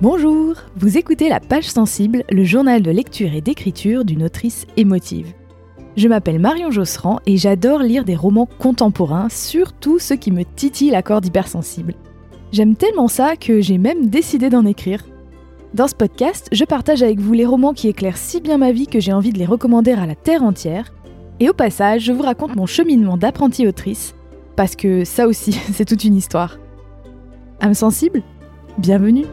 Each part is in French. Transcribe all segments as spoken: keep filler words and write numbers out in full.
Bonjour, vous écoutez La Page Sensible, le journal de lecture et d'écriture d'une autrice émotive. Je m'appelle Marion Josserand et j'adore lire des romans contemporains, surtout ceux qui me titillent la corde hypersensible. J'aime tellement ça que j'ai même décidé d'en écrire. Dans ce podcast, je partage avec vous les romans qui éclairent si bien ma vie que j'ai envie de les recommander à la terre entière. Et au passage, je vous raconte mon cheminement d'apprentie autrice, parce que ça aussi, c'est toute une histoire. Âme sensible ? Bienvenue.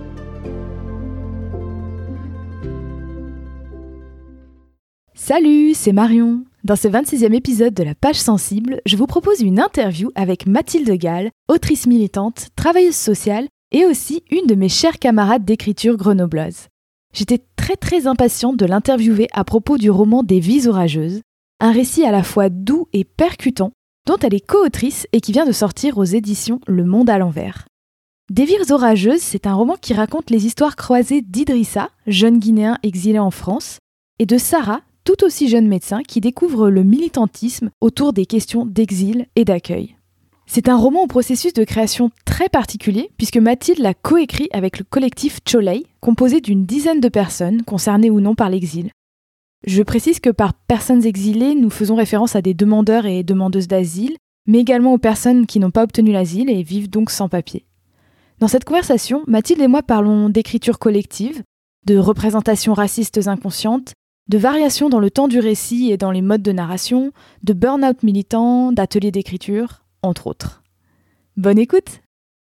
Salut, c'est Marion. Dans ce vingt-sixième épisode de La Page Sensible, je vous propose une interview avec Mathilde Gall, autrice militante, travailleuse sociale et aussi une de mes chères camarades d'écriture grenobloise. J'étais très très impatiente de l'interviewer à propos du roman Des vies orageuses, un récit à la fois doux et percutant, dont elle est co-autrice et qui vient de sortir aux éditions Le Monde à l'envers. Des vies orageuses, c'est un roman qui raconte les histoires croisées d'Idrissa, jeune Guinéen exilé en France, et de Sarah, tout aussi jeune médecin qui découvre le militantisme autour des questions d'exil et d'accueil. C'est un roman au processus de création très particulier puisque Mathilde l'a coécrit avec le collectif Tcholey, composé d'une dizaine de personnes concernées ou non par l'exil. Je précise que par personnes exilées, nous faisons référence à des demandeurs et demandeuses d'asile, mais également aux personnes qui n'ont pas obtenu l'asile et vivent donc sans papier. Dans cette conversation, Mathilde et moi parlons d'écriture collective, de représentations racistes inconscientes, de variations dans le temps du récit et dans les modes de narration, de burn-out militant, d'ateliers d'écriture, entre autres. Bonne écoute.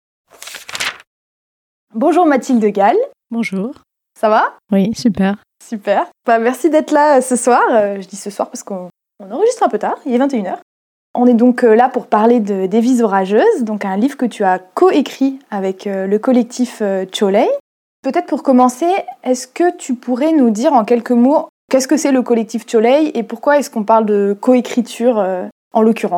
Bonjour Mathilde Gall. Bonjour. Ça va ? Oui, super. Super. Bah, merci d'être là ce soir. Euh, je dis ce soir parce qu'on on enregistre un peu tard, il est vingt et une heures. On est donc là pour parler de Des vies orageuses, donc un livre que tu as co-écrit avec le collectif Tcholey. Peut-être pour commencer, est-ce que tu pourrais nous dire en quelques mots qu'est-ce que c'est le collectif Tcholey et pourquoi est-ce qu'on parle de coécriture euh, en l'occurrence ?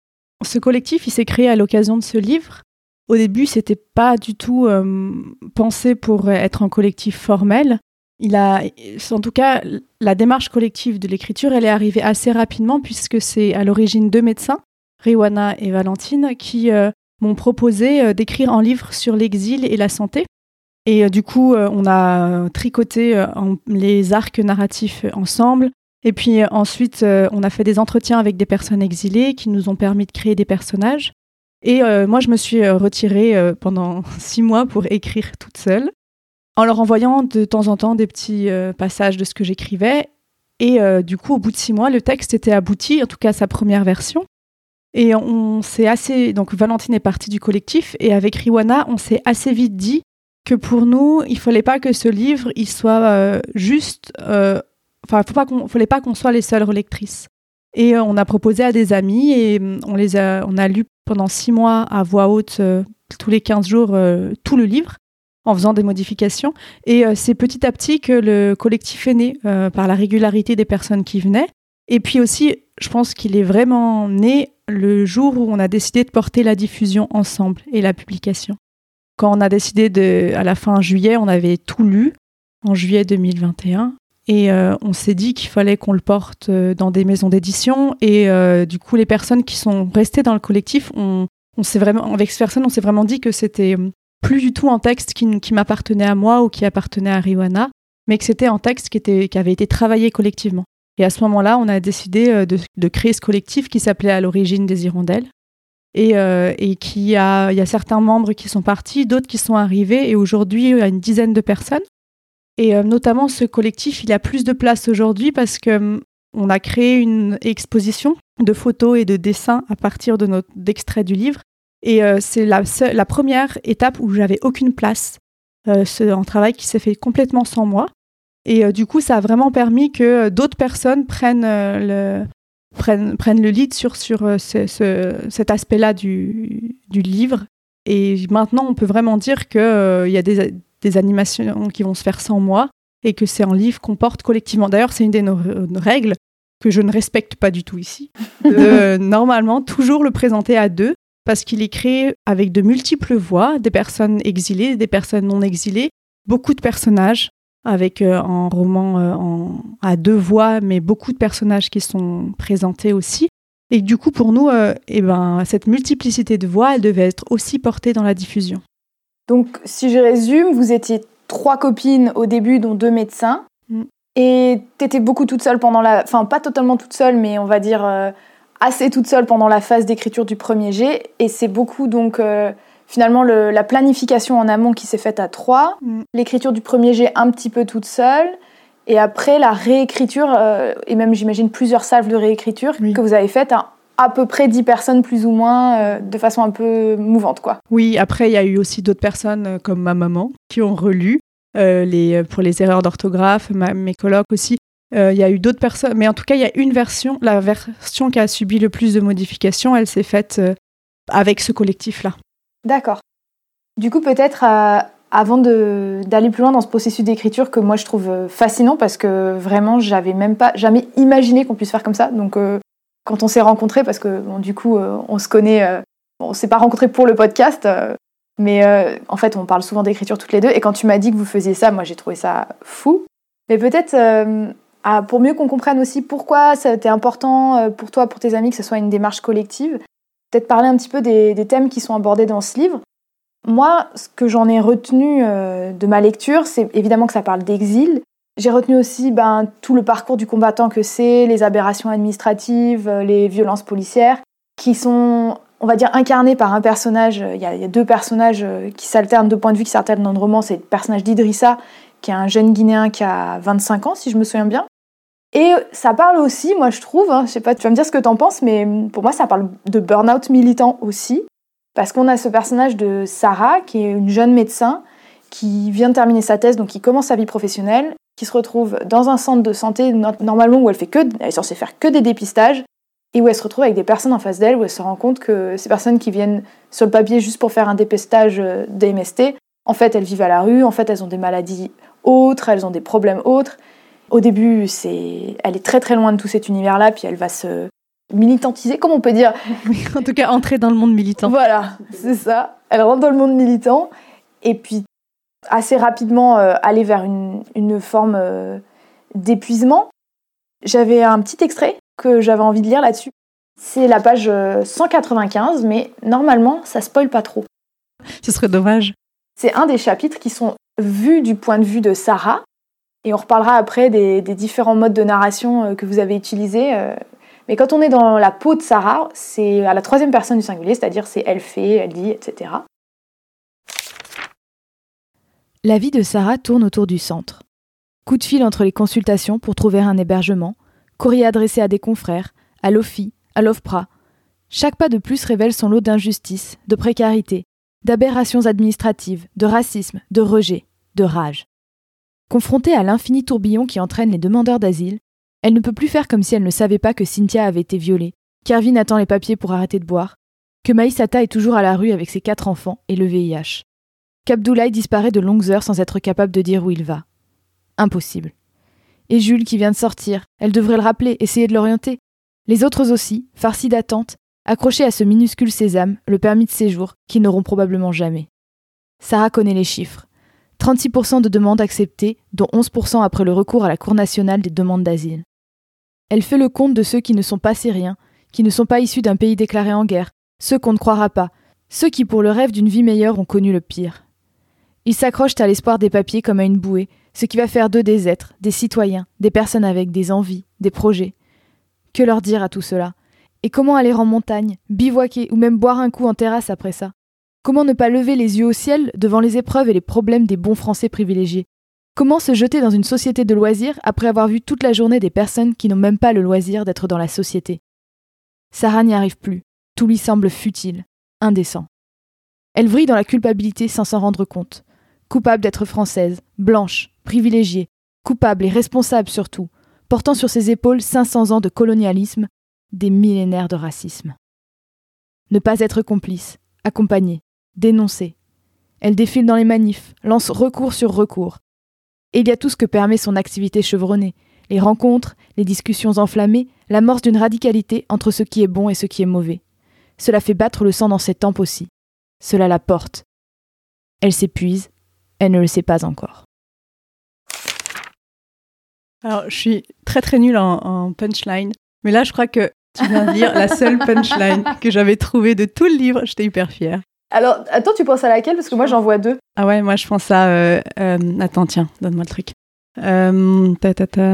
Ce collectif, il s'est créé à l'occasion de ce livre. Au début, c'était pas du tout euh, pensé pour être un collectif formel. Il a, en tout cas, la démarche collective de l'écriture, elle est arrivée assez rapidement puisque c'est à l'origine deux médecins, Riwana et Valentine, qui euh, m'ont proposé euh, d'écrire un livre sur l'exil et la santé. Et euh, du coup, euh, on a tricoté euh, en, les arcs narratifs ensemble. Et puis euh, ensuite, euh, on a fait des entretiens avec des personnes exilées qui nous ont permis de créer des personnages. Et euh, moi, je me suis euh, retirée euh, pendant six mois pour écrire toute seule, en leur envoyant de temps en temps des petits euh, passages de ce que j'écrivais. Et euh, du coup, au bout de six mois, le texte était abouti, en tout cas sa première version. Et on s'est assez... Donc Valentine est partie du collectif. Et avec Riwana, on s'est assez vite dit que pour nous, il ne fallait pas que ce livre il soit euh, juste... Euh, enfin, il ne fallait pas qu'on soit les seules relectrices. Et euh, on a proposé à des amis et on, les a, on a lu pendant six mois à voix haute, euh, tous les quinze jours, euh, tout le livre, en faisant des modifications. Et euh, c'est petit à petit que le collectif est né, euh, par la régularité des personnes qui venaient. Et puis aussi, je pense qu'il est vraiment né le jour où on a décidé de porter la diffusion ensemble et la publication. Quand on a décidé, de, à la fin juillet, on avait tout lu, en juillet deux mille vingt et un, et euh, on s'est dit qu'il fallait qu'on le porte dans des maisons d'édition, et euh, du coup, les personnes qui sont restées dans le collectif, on, on s'est vraiment, avec ces personnes, on s'est vraiment dit que c'était plus du tout un texte qui, qui m'appartenait à moi ou qui appartenait à Riwana, mais que c'était un texte qui, était, qui avait été travaillé collectivement. Et à ce moment-là, on a décidé de, de créer ce collectif qui s'appelait à l'origine Des Hirondelles. Et, euh, et qui a, il y a certains membres qui sont partis, d'autres qui sont arrivés, et aujourd'hui, il y a une dizaine de personnes. Et euh, notamment, ce collectif, il a plus de place aujourd'hui parce qu'on euh, a créé une exposition de photos et de dessins à partir de notre, d'extraits du livre. Et euh, c'est la, la première étape où j'avais aucune place. Euh, c'est un travail qui s'est fait complètement sans moi. Et euh, du coup, ça a vraiment permis que d'autres personnes prennent euh, le... Prennent, prennent le lead sur, sur euh, ce, ce, cet aspect-là du, du livre. Et maintenant, on peut vraiment dire qu'il euh, y a des, des animations qui vont se faire sans moi et que c'est un livre qu'on porte collectivement. D'ailleurs, c'est une de nos, nos règles que je ne respecte pas du tout ici. De euh, normalement, toujours le présenter à deux parce qu'il est créé avec de multiples voix, des personnes exilées, des personnes non exilées, beaucoup de personnages, avec euh, un roman euh, en, à deux voix, mais beaucoup de personnages qui sont présentés aussi. Et du coup, pour nous, euh, eh ben, cette multiplicité de voix, elle devait être aussi portée dans la diffusion. Donc, si je résume, vous étiez trois copines au début, dont deux médecins. Mm. Et t'étais beaucoup toute seule pendant la... Enfin, pas totalement toute seule, mais on va dire euh, assez toute seule pendant la phase d'écriture du premier jet. Et c'est beaucoup, donc, euh, finalement, le, la planification en amont qui s'est faite à trois. Mm. L'écriture du premier jet un petit peu toute seule. Et après, la réécriture, euh, et même, j'imagine, plusieurs salves de réécriture oui. que vous avez faites à à peu près dix personnes, plus ou moins, euh, de façon un peu mouvante, quoi. Oui, après, il y a eu aussi d'autres personnes, euh, comme ma maman, qui ont relu euh, les, pour les erreurs d'orthographe, ma, mes colocs aussi. Il euh, y a eu d'autres personnes, mais en tout cas, il y a une version, la version qui a subi le plus de modifications, elle s'est faite euh, avec ce collectif-là. D'accord. Du coup, peut-être... Euh... Avant de, d'aller plus loin dans ce processus d'écriture que moi je trouve fascinant parce que vraiment j'avais même pas jamais imaginé qu'on puisse faire comme ça. Donc euh, quand on s'est rencontrés, parce que bon, du coup euh, on se connaît, euh, on s'est pas rencontrés pour le podcast, euh, mais euh, en fait on parle souvent d'écriture toutes les deux. Et quand tu m'as dit que vous faisiez ça, moi j'ai trouvé ça fou. Mais peut-être euh, ah, pour mieux qu'on comprenne aussi pourquoi c'était important euh, pour toi, pour tes amis, que ce soit une démarche collective, peut-être parler un petit peu des, des thèmes qui sont abordés dans ce livre. Moi, ce que j'en ai retenu euh, de ma lecture, c'est évidemment que ça parle d'exil. J'ai retenu aussi ben, tout le parcours du combattant que c'est, les aberrations administratives, euh, les violences policières, qui sont, on va dire, incarnées par un personnage. Il y a, il y a deux personnages euh, qui s'alternent, deux points de vue qui s'alternent dans le roman. C'est le personnage d'Idrissa, qui est un jeune Guinéen qui a vingt-cinq ans, si je me souviens bien. Et ça parle aussi, moi je trouve, hein, je sais pas, tu vas me dire ce que t'en penses, mais pour moi ça parle de burn-out militant aussi. Parce qu'on a ce personnage de Sarah, qui est une jeune médecin, qui vient de terminer sa thèse, donc qui commence sa vie professionnelle, qui se retrouve dans un centre de santé, normalement où elle, fait que, elle est censée faire que des dépistages, et où elle se retrouve avec des personnes en face d'elle, où elle se rend compte que ces personnes qui viennent sur le papier juste pour faire un dépistage de M S T, en fait elles vivent à la rue, en fait elles ont des maladies autres, elles ont des problèmes autres. Au début, c'est... elle est très très loin de tout cet univers-là, puis elle va se... militantisée, comme on peut dire. En tout cas, entrer dans le monde militant. Voilà, c'est ça. Elle rentre dans le monde militant et puis assez rapidement euh, aller vers une, une forme euh, d'épuisement. J'avais un petit extrait que j'avais envie de lire là-dessus. C'est la page cent quatre-vingt-quinze, mais normalement, ça spoil pas trop. Ce serait dommage. C'est un des chapitres qui sont vus du point de vue de Sarah, et on reparlera après des, des différents modes de narration euh, que vous avez utilisés. Euh, Mais quand on est dans la peau de Sarah, c'est à la troisième personne du singulier, c'est-à-dire c'est elle fait, elle dit, et cetera. La vie de Sarah tourne autour du centre. Coup de fil entre les consultations pour trouver un hébergement, courrier adressé à des confrères, à l'O F I, à l'O F P R A. Chaque pas de plus révèle son lot d'injustice, de précarité, d'aberrations administratives, de racisme, de rejet, de rage. Confrontée à l'infini tourbillon qui entraîne les demandeurs d'asile, elle ne peut plus faire comme si elle ne savait pas que Cynthia avait été violée, qu'Erwin attend les papiers pour arrêter de boire, que Maïsata est toujours à la rue avec ses quatre enfants et le V I H, qu'Abdoulaye disparaît de longues heures sans être capable de dire où il va. Impossible. Et Jules qui vient de sortir, elle devrait le rappeler, essayer de l'orienter. Les autres aussi, farcis d'attente, accrochés à ce minuscule sésame, le permis de séjour, qu'ils n'auront probablement jamais. Sarah connaît les chiffres. trente-six pour cent de demandes acceptées, dont onze pour cent après le recours à la Cour nationale des demandes d'asile. Elle fait le compte de ceux qui ne sont pas syriens, qui ne sont pas issus d'un pays déclaré en guerre, ceux qu'on ne croira pas, ceux qui pour le rêve d'une vie meilleure ont connu le pire. Ils s'accrochent à l'espoir des papiers comme à une bouée, ce qui va faire d'eux des êtres, des citoyens, des personnes avec des envies, des projets. Que leur dire à tout cela ? Et comment aller en montagne, bivouaquer ou même boire un coup en terrasse après ça ? Comment ne pas lever les yeux au ciel devant les épreuves et les problèmes des bons Français privilégiés ? Comment se jeter dans une société de loisirs après avoir vu toute la journée des personnes qui n'ont même pas le loisir d'être dans la société ? Sarah n'y arrive plus. Tout lui semble futile, indécent. Elle vrille dans la culpabilité sans s'en rendre compte. Coupable d'être française, blanche, privilégiée, coupable et responsable surtout, portant sur ses épaules cinq cents ans de colonialisme, des millénaires de racisme. Ne pas être complice, accompagner, dénoncer. Elle défile dans les manifs, lance recours sur recours. Et il y a tout ce que permet son activité chevronnée, les rencontres, les discussions enflammées, l'amorce d'une radicalité entre ce qui est bon et ce qui est mauvais. Cela fait battre le sang dans ses tempes aussi. Cela la porte. Elle s'épuise, elle ne le sait pas encore. Alors, je suis très très nulle en, en punchline, mais là, je crois que tu viens de lire la seule punchline que j'avais trouvée de tout le livre. J'étais hyper fière. Alors, attends, tu penses à laquelle? Parce que moi, j'en vois deux. Ah ouais, moi, je pense à... Euh, euh, attends, tiens, donne-moi le truc. Euh, ta, ta, ta.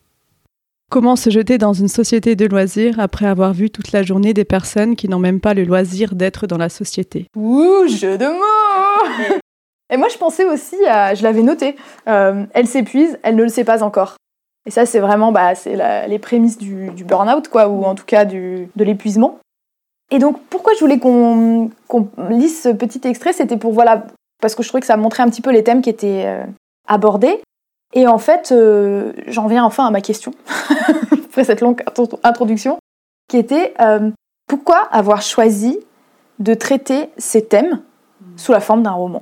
Comment se jeter dans une société de loisirs après avoir vu toute la journée des personnes qui n'ont même pas le loisir d'être dans la société? Ouh, jeu de mots. Et moi, je pensais aussi, à, je l'avais noté, euh, elle s'épuise, elle ne le sait pas encore. Et ça, c'est vraiment bah, c'est la, les prémices du, du burn-out, quoi, ou en tout cas du, de l'épuisement. Et donc, pourquoi je voulais qu'on, qu'on lise ce petit extrait, c'était pour, voilà, parce que je trouvais que ça montrait un petit peu les thèmes qui étaient euh, abordés. Et en fait, euh, j'en viens enfin à ma question, après cette longue introduction, qui était euh, pourquoi avoir choisi de traiter ces thèmes sous la forme d'un roman?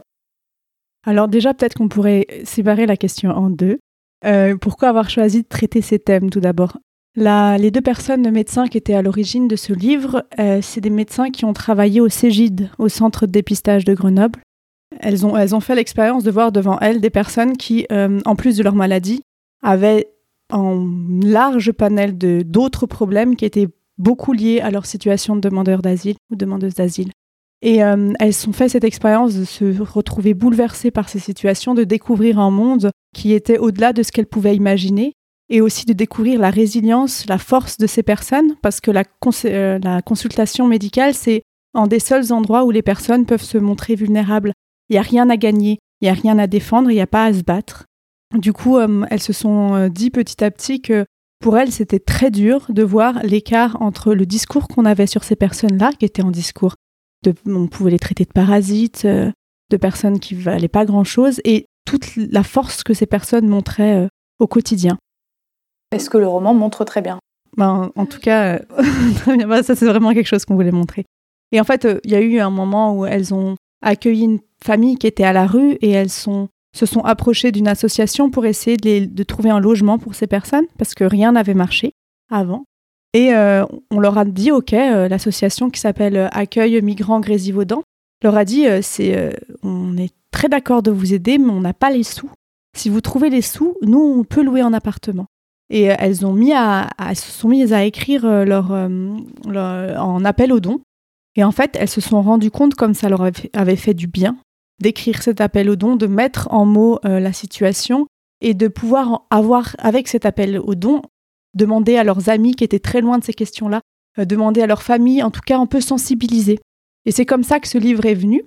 Alors déjà, peut-être qu'on pourrait séparer la question en deux. Euh, pourquoi avoir choisi de traiter ces thèmes, tout d'abord? La, les deux personnes, de médecins qui étaient à l'origine de ce livre, euh, c'est des médecins qui ont travaillé au Cégide, au centre de dépistage de Grenoble. Elles ont, elles ont fait l'expérience de voir devant elles des personnes qui, euh, en plus de leur maladie, avaient un large panel de, d'autres problèmes qui étaient beaucoup liés à leur situation de demandeur d'asile ou demandeuse d'asile. Et euh, elles ont fait cette expérience de se retrouver bouleversées par ces situations, de découvrir un monde qui était au-delà de ce qu'elles pouvaient imaginer, et aussi de découvrir la résilience, la force de ces personnes, parce que la, cons- euh, la consultation médicale, c'est un des seuls endroits où les personnes peuvent se montrer vulnérables. Il n'y a rien à gagner, il n'y a rien à défendre, il n'y a pas à se battre. Du coup, euh, elles se sont dit petit à petit que pour elles, c'était très dur de voir l'écart entre le discours qu'on avait sur ces personnes-là, qui était un discours, de, on pouvait les traiter de parasites, euh, de personnes qui ne valaient pas grand-chose, et toute la force que ces personnes montraient euh, au quotidien. Est-ce que le roman montre très bien? Ben, en tout cas, euh, ça c'est vraiment quelque chose qu'on voulait montrer. Et en fait, il euh, y a eu un moment où elles ont accueilli une famille qui était à la rue et elles sont, se sont approchées d'une association pour essayer de, les, de trouver un logement pour ces personnes parce que rien n'avait marché avant. Et euh, on leur a dit, OK, euh, l'association qui s'appelle euh, Accueil Migrants Grésivaudan leur a dit, euh, c'est, euh, on est très d'accord de vous aider, mais on n'a pas les sous. Si vous trouvez les sous, nous, on peut louer un appartement. Et euh, elles, ont mis à, à, elles se sont mises à écrire euh, leur, euh, leur, en appel aux dons. Et en fait, elles se sont rendues compte, comme ça leur avait fait du bien, d'écrire cet appel aux dons, de mettre en mots euh, la situation et de pouvoir avoir, avec cet appel aux dons, demander à leurs amis qui étaient très loin de ces questions-là, euh, demander à leur famille, en tout cas un peu sensibiliser. Et c'est comme ça que ce livre est venu.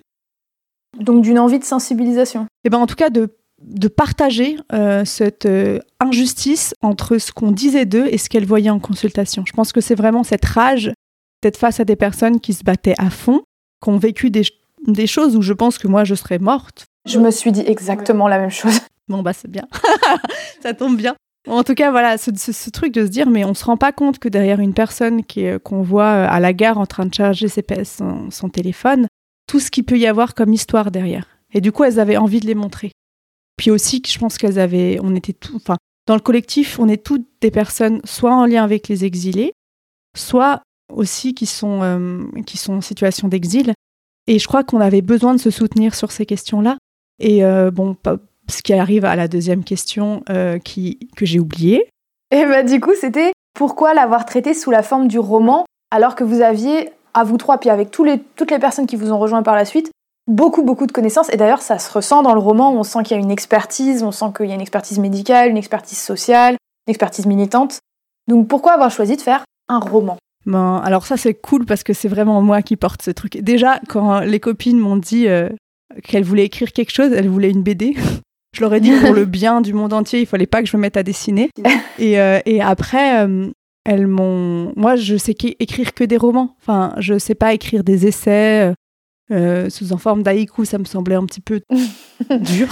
Donc d'une envie de sensibilisation. Et ben en tout cas de, de partager euh, cette euh, injustice entre ce qu'on disait d'eux et ce qu'elles voyaient en consultation. Je pense que c'est vraiment cette rage d'être face à des personnes qui se battaient à fond, qui ont vécu des, des choses où je pense que moi, je serais morte. Je me suis dit exactement la même chose. Bon, bah c'est bien. Ça tombe bien. En tout cas, voilà, ce, ce, ce truc de se dire, mais on ne se rend pas compte que derrière une personne qui, qu'on voit à la gare en train de charger ses, son, son téléphone, tout ce qu'il peut y avoir comme histoire derrière. Et du coup, elles avaient envie de les montrer. Puis aussi, je pense qu'elles avaient... On était tout, enfin, dans le collectif, on est toutes des personnes soit en lien avec les exilés, soit aussi qui sont, euh, qui sont en situation d'exil. Et je crois qu'on avait besoin de se soutenir sur ces questions-là. Et euh, bon, ce qui arrive à la deuxième question euh, qui, que j'ai oubliée. Et bah du coup, c'était pourquoi l'avoir traité sous la forme du roman, alors que vous aviez, à vous trois, puis avec tous les, toutes les personnes qui vous ont rejoint par la suite, beaucoup, beaucoup de connaissances. Et d'ailleurs, ça se ressent dans le roman, on sent qu'il y a une expertise, on sent qu'il y a une expertise médicale, une expertise sociale, une expertise militante. Donc pourquoi avoir choisi de faire un roman ? Bon, alors ça c'est cool parce que c'est vraiment moi qui porte ce truc. Déjà, quand les copines m'ont dit euh, qu'elles voulaient écrire quelque chose, elles voulaient une B D. Je leur ai dit que pour le bien du monde entier, il fallait pas que je me mette à dessiner. Et, euh, et après, euh, elles m'ont... Moi, je sais écrire que des romans. Enfin, je sais pas écrire des essais euh, sous en forme d'haïku. Ça me semblait un petit peu dur.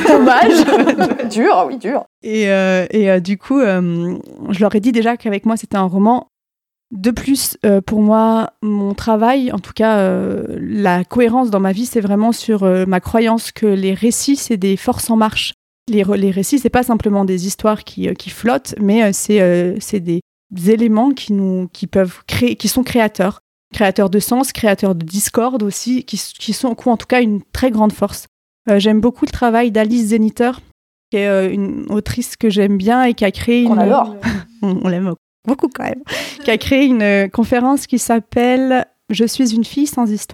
Dommage. Dur, oui, dur. Et, euh, et euh, du coup, euh, je leur ai dit déjà qu'avec moi, c'était un roman. De plus, euh, pour moi, mon travail, en tout cas, euh, la cohérence dans ma vie, c'est vraiment sur euh, ma croyance que les récits, c'est des forces en marche. Les, les récits, c'est pas simplement des histoires qui, euh, qui flottent, mais euh, c'est, euh, c'est des, des éléments qui, nous, qui, peuvent créer, qui sont créateurs. Créateurs de sens, créateurs de discorde aussi, qui, qui, sont, qui ont en tout cas une très grande force. Euh, j'aime beaucoup le travail d'Alice Zeniter, qui est euh, une autrice que j'aime bien et qui a créé Qu'on une... adore. on, on l'aime beaucoup quand même, qui a créé une conférence qui s'appelle « Je suis une fille sans histoire ».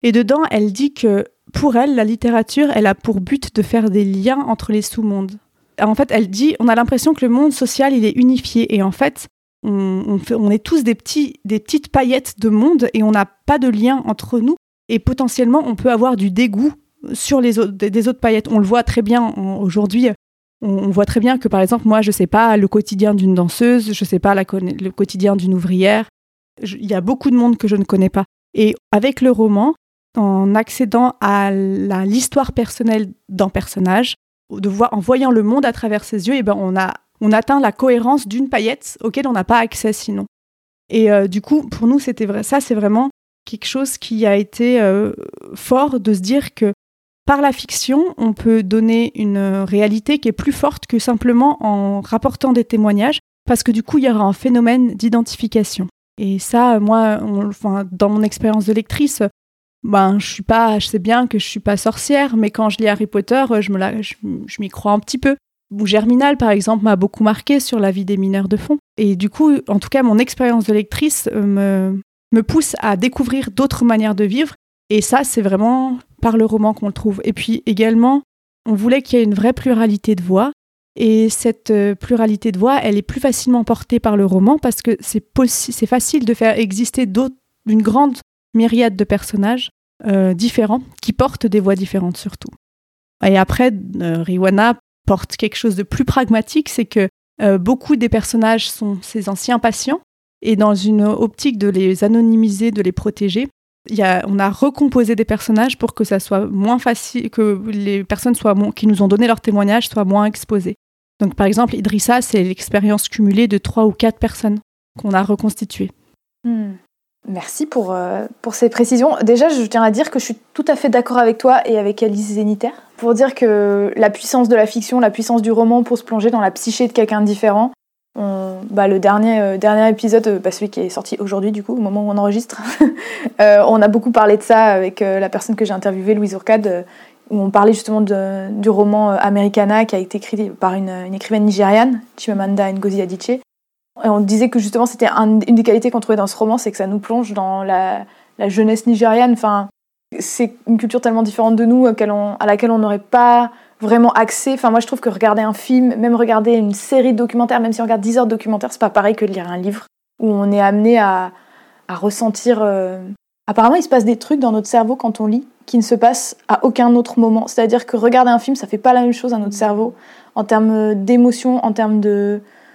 Et dedans, elle dit que pour elle, la littérature, elle a pour but de faire des liens entre les sous-mondes. En fait, elle dit, on a l'impression que le monde social, il est unifié. Et en fait, on, on, fait, on est tous des, petits, des petites paillettes de monde et on n'a pas de lien entre nous. Et potentiellement, on peut avoir du dégoût sur les autres, des autres paillettes. On le voit très bien on, aujourd'hui. On, on voit très bien que, par exemple, moi, je ne sais pas le quotidien d'une danseuse, je ne sais pas la, le quotidien d'une ouvrière. Il y a beaucoup de monde que je ne connais pas. Et avec le roman, en accédant à la, l'histoire personnelle d'un personnage, de voir, en voyant le monde à travers ses yeux, et ben on, a, on atteint la cohérence d'une paillette auquel on n'a pas accès sinon. Et euh, du coup, pour nous, c'était vrai. Ça, c'est vraiment quelque chose qui a été euh, fort de se dire que par la fiction, on peut donner une réalité qui est plus forte que simplement en rapportant des témoignages, parce que du coup, il y aura un phénomène d'identification. Et ça, moi, on, enfin, dans mon expérience de lectrice, ben, je suis pas, je sais bien que je suis pas sorcière, mais quand je lis Harry Potter, je, me la, je, je m'y crois un petit peu. Ou Germinal, par exemple, m'a beaucoup marqué sur la vie des mineurs de fond. Et du coup, en tout cas, mon expérience de lectrice me, me pousse à découvrir d'autres manières de vivre. Et ça, c'est vraiment par le roman qu'on le trouve. Et puis également, on voulait qu'il y ait une vraie pluralité de voix. Et cette pluralité de voix, elle est plus facilement portée par le roman parce que c'est, possi- c'est facile de faire exister d'autres, une grande myriade de personnages euh, différents qui portent des voix différentes surtout. Et après, euh, Rihanna porte quelque chose de plus pragmatique, c'est que euh, beaucoup des personnages sont ses anciens patients et dans une optique de les anonymiser, de les protéger, y a, on a recomposé des personnages pour que ça soit moins facile, que les personnes soient moins, qui nous ont donné leur témoignage soient moins exposées. Donc par exemple, Idrissa, c'est l'expérience cumulée de trois ou quatre personnes qu'on a reconstituées. Hmm. Merci pour, euh, pour ces précisions. Déjà, je tiens à dire que je suis tout à fait d'accord avec toi et avec Alice Zéniter pour dire que la puissance de la fiction, la puissance du roman pour se plonger dans la psyché de quelqu'un de différent. On, bah, le dernier, euh, dernier épisode, bah, celui qui est sorti aujourd'hui du coup, au moment où on enregistre, euh, on a beaucoup parlé de ça avec euh, la personne que j'ai interviewée, Louise Ourcade, euh, où on parlait justement de, du roman euh, Americana qui a été écrit par une, une écrivaine nigériane, Chimamanda Ngozi Adichie. Et on disait que justement c'était un, une des qualités qu'on trouvait dans ce roman, c'est que ça nous plonge dans la, la jeunesse nigériane. Enfin, c'est une culture tellement différente de nous à laquelle on, à laquelle on n'aurait pas vraiment accès. Enfin, moi je trouve que regarder un film, même regarder une série de documentaires, même si on regarde dix heures de documentaires, c'est pas pareil que de lire un livre où on est amené à, à ressentir... Euh... Apparemment, il se passe des trucs dans notre cerveau quand on lit qui ne se passent à aucun autre moment. C'est-à-dire que regarder un film, ça fait pas la même chose à notre cerveau en termes d'émotion, en termes de...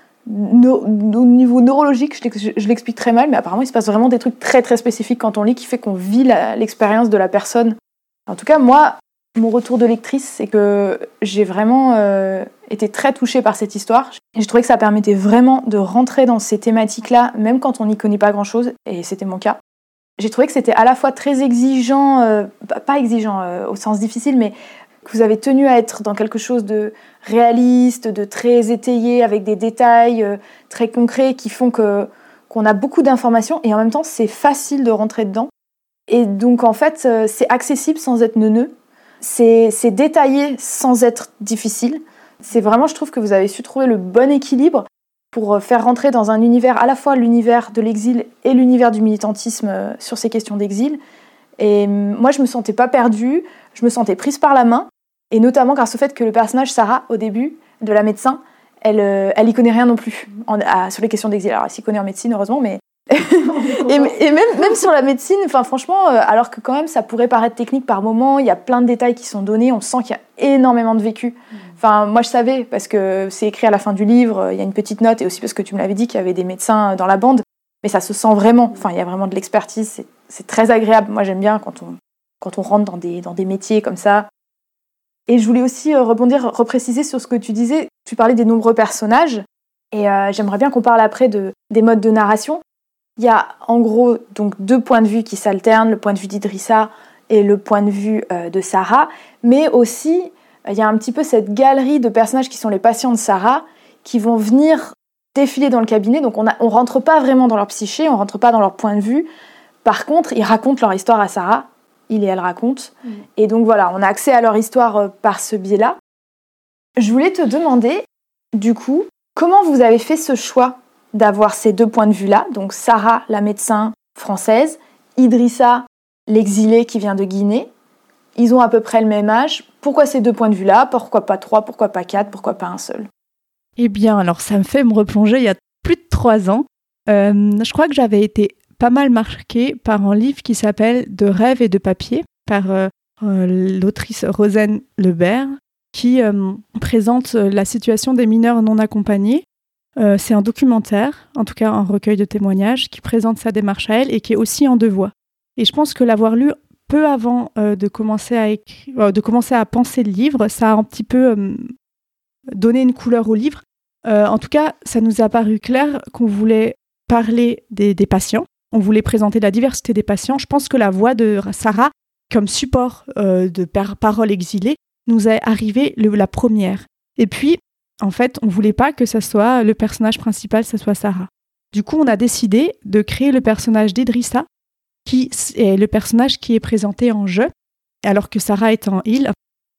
No, au niveau neurologique, je, je l'explique très mal, mais apparemment il se passe vraiment des trucs très très spécifiques quand on lit qui fait qu'on vit la, l'expérience de la personne. En tout cas, moi, mon retour de lectrice, c'est que j'ai vraiment euh, été très touchée par cette histoire. Et je trouvais que ça permettait vraiment de rentrer dans ces thématiques-là, même quand on n'y connaît pas grand-chose, et c'était mon cas. J'ai trouvé que c'était à la fois très exigeant, euh, pas exigeant euh, au sens difficile, mais que vous avez tenu à être dans quelque chose de réaliste, de très étayé, avec des détails euh, très concrets qui font que, qu'on a beaucoup d'informations et en même temps c'est facile de rentrer dedans. Et donc en fait euh, c'est accessible sans être neuneux, c'est, c'est détaillé sans être difficile. C'est vraiment, je trouve que vous avez su trouver le bon équilibre pour faire rentrer dans un univers, à la fois l'univers de l'exil et l'univers du militantisme euh, sur ces questions d'exil. Et moi je me sentais pas perdue, je me sentais prise par la main. Et notamment grâce au fait que le personnage Sarah, au début, de la médecin, elle, euh, elle y connaît rien non plus en, à, sur les questions d'exil. Alors, elle s'y connaît en médecine, heureusement, mais... et et même, même sur la médecine, franchement, euh, alors que quand même, ça pourrait paraître technique par moment, il y a plein de détails qui sont donnés, on sent qu'il y a énormément de vécu. Enfin, moi, je savais, parce que c'est écrit à la fin du livre, il y a une petite note, et aussi parce que tu me l'avais dit qu'il y avait des médecins dans la bande, mais ça se sent vraiment. Enfin, il y a vraiment de l'expertise, c'est, c'est très agréable. Moi, j'aime bien quand on, quand on rentre dans des, dans des métiers comme ça. Et je voulais aussi rebondir, repréciser sur ce que tu disais. Tu parlais des nombreux personnages, et euh, j'aimerais bien qu'on parle après de, des modes de narration. Il y a en gros donc deux points de vue qui s'alternent, le point de vue d'Idrissa et le point de vue euh, de Sarah, mais aussi il y a un petit peu cette galerie de personnages qui sont les patients de Sarah, qui vont venir défiler dans le cabinet. Donc on ne on rentre pas vraiment dans leur psyché, on ne rentre pas dans leur point de vue. Par contre, ils racontent leur histoire à Sarah, il et elle racontent. Mmh. Et donc voilà, on a accès à leur histoire euh, par ce biais-là. Je voulais te demander, du coup, comment vous avez fait ce choix d'avoir ces deux points de vue-là, donc Sarah, la médecin française, Idrissa, l'exilé qui vient de Guinée. Ils ont à peu près le même âge. Pourquoi ces deux points de vue-là ? Pourquoi pas trois ? Pourquoi pas quatre ? Pourquoi pas un seul ? Eh bien, alors ça me fait me replonger il y a plus de trois ans. Euh, je crois que j'avais été pas mal marquée par un livre qui s'appelle « De rêve et de papier » par euh, euh, l'autrice Rosen Lebert, qui euh, présente la situation des mineurs non accompagnés. Euh, c'est un documentaire, en tout cas un recueil de témoignages, qui présente sa démarche à elle et qui est aussi en deux voix. Et je pense que l'avoir lu peu avant euh, de, commencer à écri- euh, de commencer à penser le livre, ça a un petit peu euh, donné une couleur au livre. Euh, en tout cas, ça nous a paru clair qu'on voulait parler des, des patients, on voulait présenter la diversité des patients. Je pense que la voix de Sarah, comme support euh, de par- parole exilée, nous est arrivée le, la première. Et puis, en fait, on ne voulait pas que ça soit le personnage principal, ça soit Sarah. Du coup, on a décidé de créer le personnage d'Idrissa, qui est le personnage qui est présenté en jeu, alors que Sarah est en il.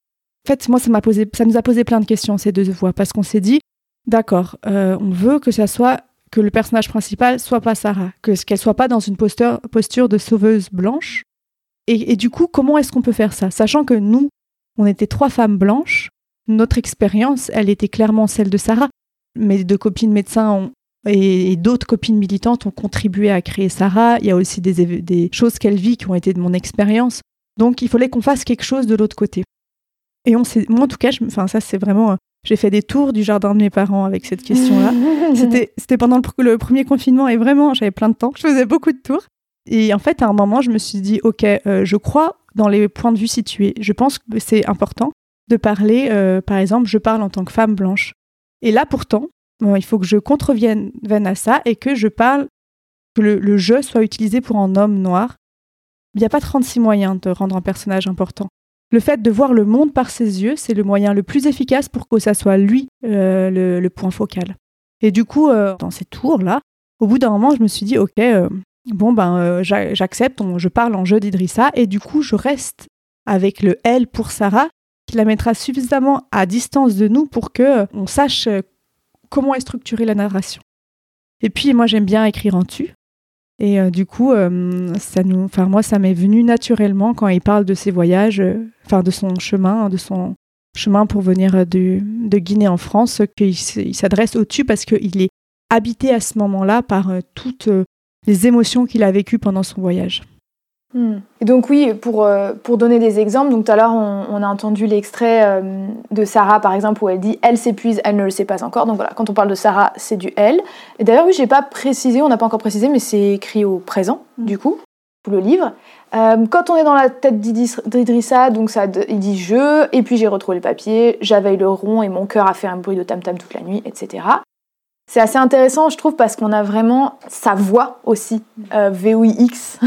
En fait, moi, ça, m'a posé, ça nous a posé plein de questions, ces deux voix, parce qu'on s'est dit, d'accord, euh, on veut que ça soit, que le personnage principal soit pas Sarah, que, qu'elle soit pas dans une posture, posture de sauveuse blanche. Et, et du coup, comment est-ce qu'on peut faire ça ? Sachant que nous, on était trois femmes blanches, notre expérience, elle était clairement celle de Sarah. Mes deux copines médecins ont, et, et d'autres copines militantes ont contribué à créer Sarah. Il y a aussi des, des choses qu'elle vit qui ont été de mon expérience. Donc, il fallait qu'on fasse quelque chose de l'autre côté. Et on s'est, moi, en tout cas, je, enfin, ça, c'est vraiment... J'ai fait des tours du jardin de mes parents avec cette question-là. C'était, c'était pendant le, le premier confinement et vraiment, j'avais plein de temps. Je faisais beaucoup de tours. Et en fait, à un moment, je me suis dit, OK, euh, je crois dans les points de vue situés. Je pense que c'est important de parler, euh, par exemple, je parle en tant que femme blanche. Et là, pourtant, bon, il faut que je contrevienne à ça et que je parle, que le, le je soit utilisé pour un homme noir. Il n'y a pas trente-six moyens de rendre un personnage important. Le fait de voir le monde par ses yeux, c'est le moyen le plus efficace pour que ça soit lui euh, le, le point focal. Et du coup, euh, dans ces tours-là, au bout d'un moment, je me suis dit, OK, euh, bon, ben, euh, j'a- j'accepte, on, je parle en jeu d'Idrissa, et du coup, je reste avec le elle pour Sarah, qui la mettra suffisamment à distance de nous pour qu'on euh, sache euh, comment est structurée la narration. Et puis, moi, j'aime bien écrire en tu. Et euh, du coup, euh, ça nous, enfin moi, ça m'est venu naturellement quand il parle de ses voyages, enfin euh, de son chemin, de son chemin pour venir de, de Guinée en France, qu'il il s'adresse au tu parce qu'il est habité à ce moment-là par euh, toutes euh, les émotions qu'il a vécues pendant son voyage. Hmm. Et donc oui, pour, euh, pour donner des exemples, donc tout à l'heure on, on a entendu l'extrait euh, de Sarah par exemple où elle dit « elle s'épuise, elle ne le sait pas encore ». Donc voilà, quand on parle de Sarah, c'est du « elle ». Et d'ailleurs oui, j'ai pas précisé, on n'a pas encore précisé, mais c'est écrit au présent mmh. du coup, pour le livre. Euh, quand on est dans la tête d'Idrissa, donc ça, il dit « je », et puis j'ai retrouvé le papier, j'avais le rond et mon cœur a fait un bruit de tam-tam toute la nuit, et cetera. C'est assez intéressant, je trouve, parce qu'on a vraiment sa voix aussi, euh, V O I X.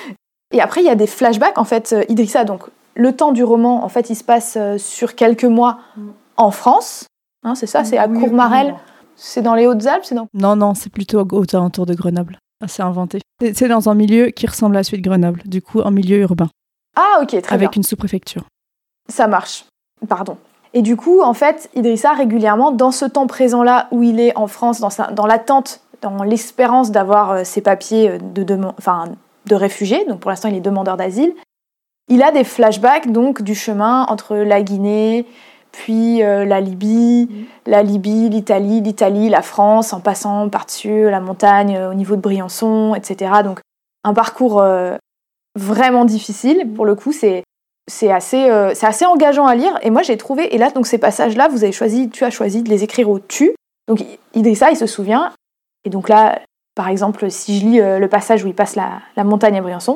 Et après, il y a des flashbacks, en fait, euh, Idrissa, donc le temps du roman, en fait, il se passe euh, sur quelques mois mm. en France, hein, c'est ça, c'est à oui, Courmarel, oui, oui. C'est dans les Hautes-Alpes, c'est dans... Non, non, c'est plutôt aux alentours de Grenoble, ah, c'est inventé. C'est, c'est dans un milieu qui ressemble à celui de Grenoble, du coup, un milieu urbain. Ah, ok, très avec bien. Avec une sous-préfecture. Ça marche, pardon. Et du coup, en fait, Idrissa, régulièrement, dans ce temps présent-là, où il est en France, dans, sa, dans l'attente, dans l'espérance d'avoir euh, ses papiers de demande... Enfin, de réfugiés, donc pour l'instant il est demandeur d'asile. Il a des flashbacks donc du chemin entre la Guinée, puis euh, la Libye, mmh. la Libye, l'Italie, l'Italie, la France, en passant par-dessus la montagne euh, au niveau de Briançon, et cetera. Donc un parcours euh, vraiment difficile. Pour le coup, c'est c'est assez euh, c'est assez engageant à lire. Et moi j'ai trouvé, et là donc ces passages-là, vous avez choisi, tu as choisi de les écrire au tu. Donc Idrissa, il se souvient. Et donc là. Par exemple, si je lis euh, le passage où il passe la, la montagne à Briançon.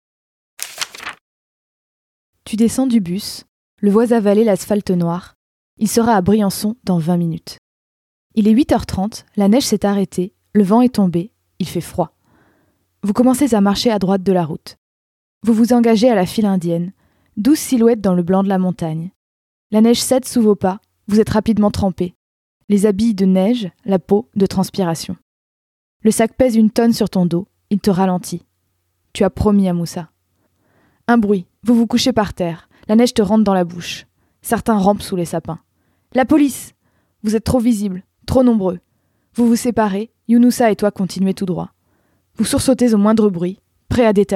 Tu descends du bus, le vois avaler l'asphalte noir. Il sera à Briançon dans vingt minutes. Il est huit heures trente, la neige s'est arrêtée, le vent est tombé, il fait froid. Vous commencez à marcher à droite de la route. Vous vous engagez à la file indienne, douze silhouettes dans le blanc de la montagne. La neige cède sous vos pas, vous êtes rapidement trempés. Les habits de neige, la peau de transpiration. Le sac pèse une tonne sur ton dos, il te ralentit. Tu as promis à Moussa. Un bruit, vous vous couchez par terre, la neige te rentre dans la bouche. Certains rampent sous les sapins. La police! Vous êtes trop visibles, trop nombreux. Vous vous séparez, Younoussa et toi continuez tout droit. Vous sursautez au moindre bruit, prêts à détaler,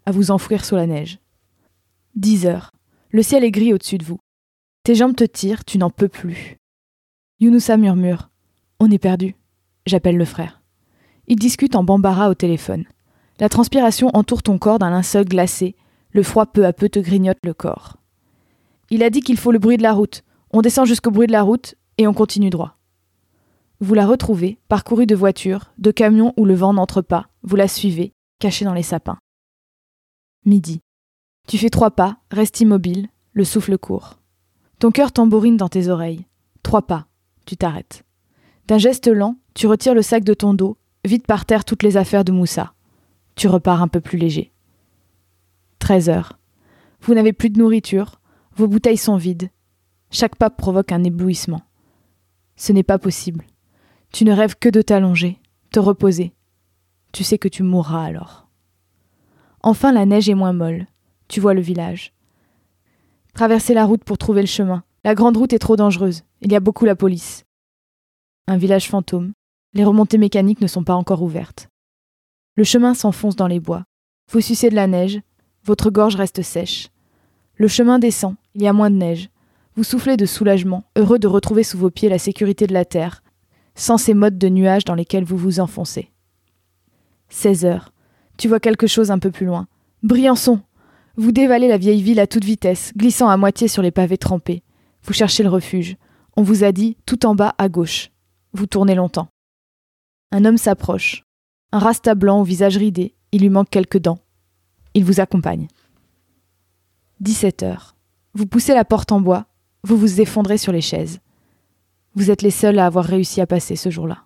à vous enfouir sous la neige. dix heures. Le ciel est gris au-dessus de vous. Tes jambes te tirent, tu n'en peux plus. Younoussa murmure « On est perdu ». J'appelle le frère. Ils discutent en bambara au téléphone. La transpiration entoure ton corps d'un linceul glacé. Le froid peu à peu te grignote le corps. Il a dit qu'il faut le bruit de la route. On descend jusqu'au bruit de la route et on continue droit. Vous la retrouvez, parcourue de voitures, de camions où le vent n'entre pas. Vous la suivez, cachée dans les sapins. Midi. Tu fais trois pas, restes immobile, le souffle court. Ton cœur tambourine dans tes oreilles. Trois pas, tu t'arrêtes. D'un geste lent, tu retires le sac de ton dos, vides par terre toutes les affaires de Moussa. Tu repars un peu plus léger. treize heures. Vous n'avez plus de nourriture, vos bouteilles sont vides. Chaque pas provoque un éblouissement. Ce n'est pas possible. Tu ne rêves que de t'allonger, te reposer. Tu sais que tu mourras alors. Enfin, la neige est moins molle. Tu vois le village. Traverser la route pour trouver le chemin. La grande route est trop dangereuse. Il y a beaucoup la police. Un village fantôme. Les remontées mécaniques ne sont pas encore ouvertes. Le chemin s'enfonce dans les bois. Vous sucez de la neige. Votre gorge reste sèche. Le chemin descend. Il y a moins de neige. Vous soufflez de soulagement, heureux de retrouver sous vos pieds la sécurité de la terre, sans ces mottes de nuages dans lesquels vous vous enfoncez. seize heures. Tu vois quelque chose un peu plus loin. Briançon! Vous dévalez la vieille ville à toute vitesse, glissant à moitié sur les pavés trempés. Vous cherchez le refuge. On vous a dit tout en bas à gauche. Vous tournez longtemps. Un homme s'approche. Un rasta blanc au visage ridé. Il lui manque quelques dents. Il vous accompagne. dix-sept heures. Vous poussez la porte en bois. Vous vous effondrez sur les chaises. Vous êtes les seuls à avoir réussi à passer ce jour-là.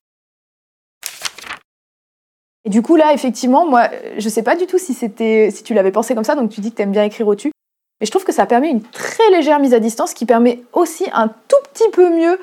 Et du coup, là, effectivement, moi, je sais pas du tout si c'était, si tu l'avais pensé comme ça, donc tu dis que tu aimes bien écrire au-dessus. Mais je trouve que ça permet une très légère mise à distance qui permet aussi un tout petit peu mieux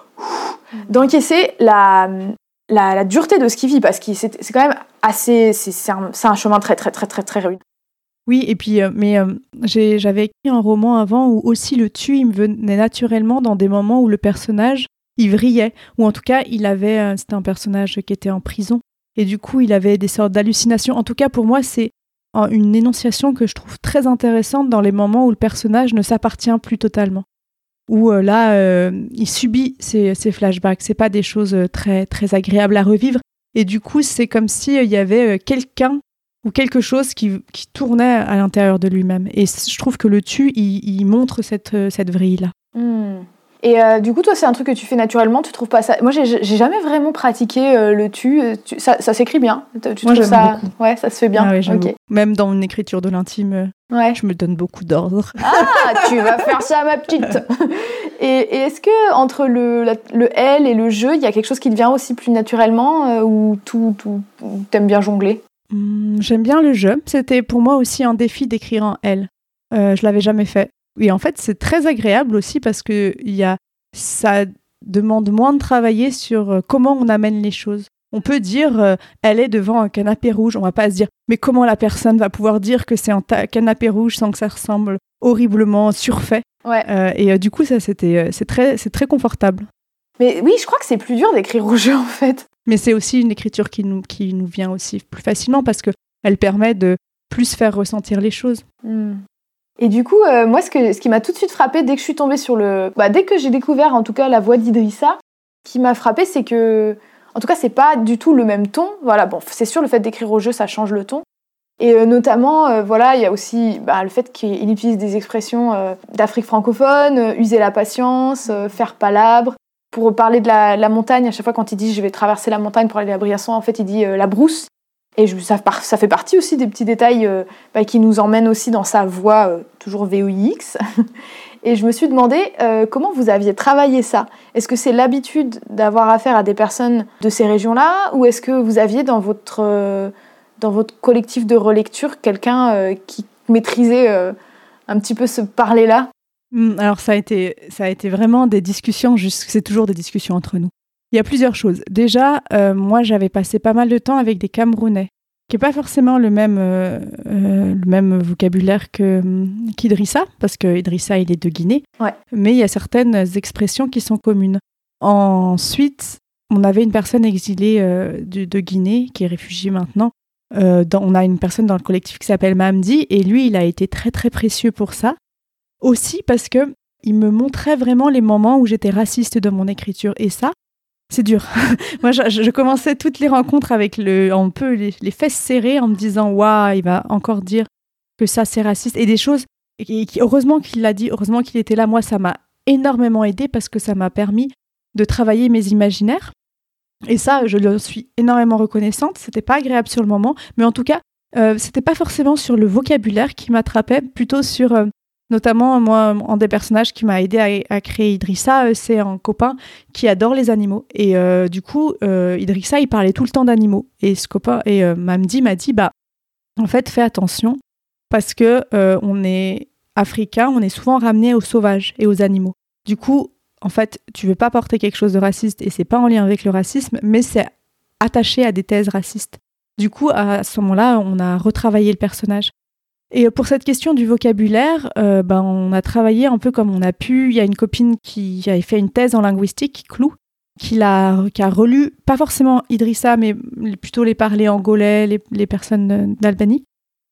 d'encaisser la, la, la dureté de ce qu'il vit, parce que c'est, c'est quand même assez... C'est, c'est, un, c'est un chemin très, très, très, très, très rude. Oui, et puis, euh, mais euh, j'ai, j'avais écrit un roman avant où aussi le tu, il me venait naturellement dans des moments où le personnage, il vrillait, ou en tout cas, il avait, euh, c'était un personnage qui était en prison, et du coup, il avait des sortes d'hallucinations. En tout cas, pour moi, c'est euh, une énonciation que je trouve très intéressante dans les moments où le personnage ne s'appartient plus totalement. Où euh, là, euh, il subit ces, ces flashbacks, c'est pas des choses très, très agréables à revivre, et du coup, c'est comme s'il euh, y avait euh, quelqu'un ou quelque chose qui, qui tournait à l'intérieur de lui-même. Et je trouve que le tu, il, il montre cette, cette vrille-là. Mmh. Et euh, du coup, toi, c'est un truc que tu fais naturellement, tu trouves pas ça... Moi, j'ai, j'ai jamais vraiment pratiqué euh, le tu. tu ça, ça s'écrit bien. Tu Moi, j'aime ça... beaucoup. Ouais, ça se fait bien. Ah ouais, j'aime okay. beaucoup. Même dans une écriture de l'intime, ouais. je me donne beaucoup d'ordre. Ah, tu vas faire ça, ma petite. Et, et est-ce que entre le, la, le elle et le je, il y a quelque chose qui te vient aussi plus naturellement euh, ou tout, tout, t'aimes bien jongler? Mmh, j'aime bien le jeu. C'était pour moi aussi un défi d'écrire en elle. Euh, je l'avais jamais fait. Et en fait, c'est très agréable aussi parce que y a, ça demande moins de travailler sur comment on amène les choses. On peut dire euh, elle est devant un canapé rouge. On va pas se dire mais comment la personne va pouvoir dire que c'est un ta- canapé rouge sans que ça ressemble horriblement surfait. Ouais. Euh, et euh, du coup, ça c'était c'est très c'est très confortable. Mais oui, je crois que c'est plus dur d'écrire au jeu en fait. Mais c'est aussi une écriture qui nous, qui nous vient aussi plus facilement parce qu'elle permet de plus faire ressentir les choses. Mmh. Et du coup, euh, moi, ce, que, ce qui m'a tout de suite frappée dès que je suis tombée sur le... Bah, dès que j'ai découvert, en tout cas, la voix d'Idrissa, ce qui m'a frappée, c'est que... En tout cas, c'est pas du tout le même ton. Voilà, bon, c'est sûr, le fait d'écrire au jeu, ça change le ton. Et euh, notamment, euh, voilà, il y a aussi bah, le fait qu'il utilise des expressions euh, d'Afrique francophone, euh, user la patience, euh, faire palabre. Pour parler de la, la montagne, à chaque fois quand il dit « je vais traverser la montagne pour aller à Briançon », en fait, il dit euh, « la brousse ». Et je, ça, ça fait partie aussi des petits détails euh, bah, qui nous emmènent aussi dans sa voix, euh, toujours V O I X. Et je me suis demandé euh, comment vous aviez travaillé ça. Est-ce que c'est l'habitude d'avoir affaire à des personnes de ces régions-là, ou est-ce que vous aviez dans votre, euh, dans votre collectif de relecture quelqu'un euh, qui maîtrisait euh, un petit peu ce parler-là ? Alors ça a été, ça a été vraiment des discussions, juste, c'est toujours des discussions entre nous. Il y a plusieurs choses. Déjà, euh, moi j'avais passé pas mal de temps avec des Camerounais, qui n'est pas forcément le même, euh, euh, le même vocabulaire que, qu'Idrissa, parce qu'Idrissa il est de Guinée, ouais. Mais il y a certaines expressions qui sont communes. Ensuite, on avait une personne exilée euh, de, de Guinée, qui est réfugiée maintenant, Euh, dans, on a une personne dans le collectif qui s'appelle Mamdi, et lui, il a été très, très précieux pour ça. Aussi parce que il me montrait vraiment les moments où j'étais raciste dans mon écriture. Et ça, c'est dur. Moi, je, je commençais toutes les rencontres avec le, un peu les, les fesses serrées en me disant « Waouh, il va encore dire que ça, c'est raciste. » Et des choses, et, qui, heureusement qu'il l'a dit, heureusement qu'il était là. Moi, ça m'a énormément aidée parce que ça m'a permis de travailler mes imaginaires. Et ça, je lui suis énormément reconnaissante. C'était pas agréable sur le moment, mais en tout cas, euh, c'était pas forcément sur le vocabulaire qui m'attrapait, plutôt sur... Euh, Notamment, moi, un des personnages qui m'a aidé à, à créer Idrissa, euh, c'est un copain qui adore les animaux. Et euh, du coup, euh, Idrissa, il parlait tout le temps d'animaux. Et ce copain, et euh, Mamdi m'a dit, bah, en fait, fais attention, parce que euh, on est africain, on est souvent ramené aux sauvages et aux animaux. Du coup, en fait, tu veux pas porter quelque chose de raciste, et c'est pas en lien avec le racisme, mais c'est attaché à des thèses racistes. Du coup, à ce moment-là, on a retravaillé le personnage. Et pour cette question du vocabulaire, euh, ben, on a travaillé un peu comme on a pu. Il y a une copine qui avait fait une thèse en linguistique, Clou, qui, l'a, qui a relu, pas forcément Idrissa, mais plutôt les parlers angolais, les, les personnes d'Albanie.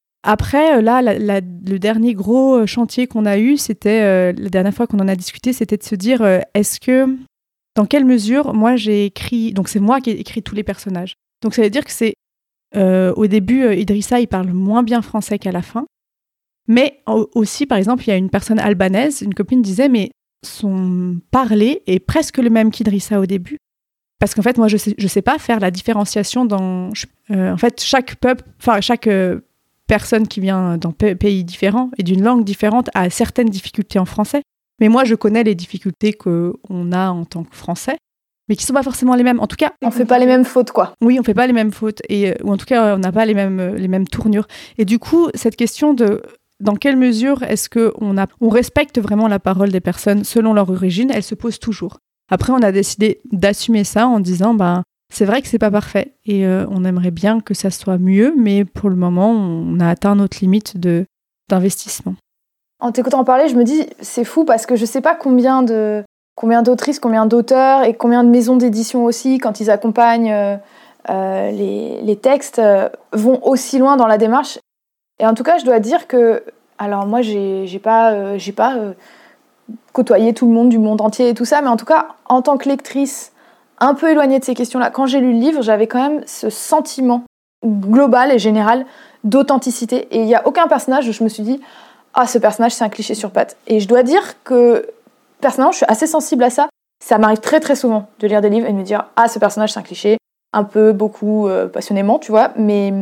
Après, là, la, la, le dernier gros chantier qu'on a eu, c'était, euh, la dernière fois qu'on en a discuté, c'était de se dire, euh, est-ce que, dans quelle mesure, moi j'ai écrit, donc c'est moi qui ai écrit tous les personnages. Donc ça veut dire que c'est, euh, au début, euh, Idrissa, il parle moins bien français qu'à la fin. Mais aussi, par exemple, il y a une personne albanaise, une copine disait, mais son parler est presque le même qu'Idrissa au début. Parce qu'en fait, moi, je sais, je sais pas faire la différenciation dans... Euh, en fait, chaque peuple, enfin, chaque euh, personne qui vient d'un p- pays différent et d'une langue différente a certaines difficultés en français. Mais moi, je connais les difficultés qu'on a en tant que Français, mais qui sont pas forcément les mêmes. En tout cas... On fait pas les mêmes fautes, quoi. Oui, on fait pas les mêmes fautes. Et, ou en tout cas, on n'a pas les mêmes, les mêmes tournures. Et du coup, cette question de... Dans quelle mesure est-ce qu'on a, on respecte vraiment la parole des personnes selon leur origine, elle se pose toujours. Après, on a décidé d'assumer ça en disant, ben, c'est vrai que c'est pas parfait et euh, on aimerait bien que ça soit mieux, mais pour le moment, on a atteint notre limite de, d'investissement. En t'écoutant parler, je me dis, c'est fou parce que je sais pas combien, de, combien d'autrices, combien d'auteurs et combien de maisons d'édition aussi, quand ils accompagnent euh, euh, les, les textes, euh, vont aussi loin dans la démarche. Et en tout cas, je dois dire que, alors moi, j'ai, j'ai pas, euh, j'ai pas euh, côtoyé tout le monde du monde entier et tout ça, mais en tout cas, en tant que lectrice, un peu éloignée de ces questions-là, quand j'ai lu le livre, j'avais quand même ce sentiment global et général d'authenticité. Et il n'y a aucun personnage où je me suis dit « Ah, ce personnage, c'est un cliché sur pattes ». Et je dois dire que, personnellement, je suis assez sensible à ça. Ça m'arrive très très souvent de lire des livres et de me dire « Ah, ce personnage, c'est un cliché », un peu, beaucoup, euh, passionnément, tu vois, mais...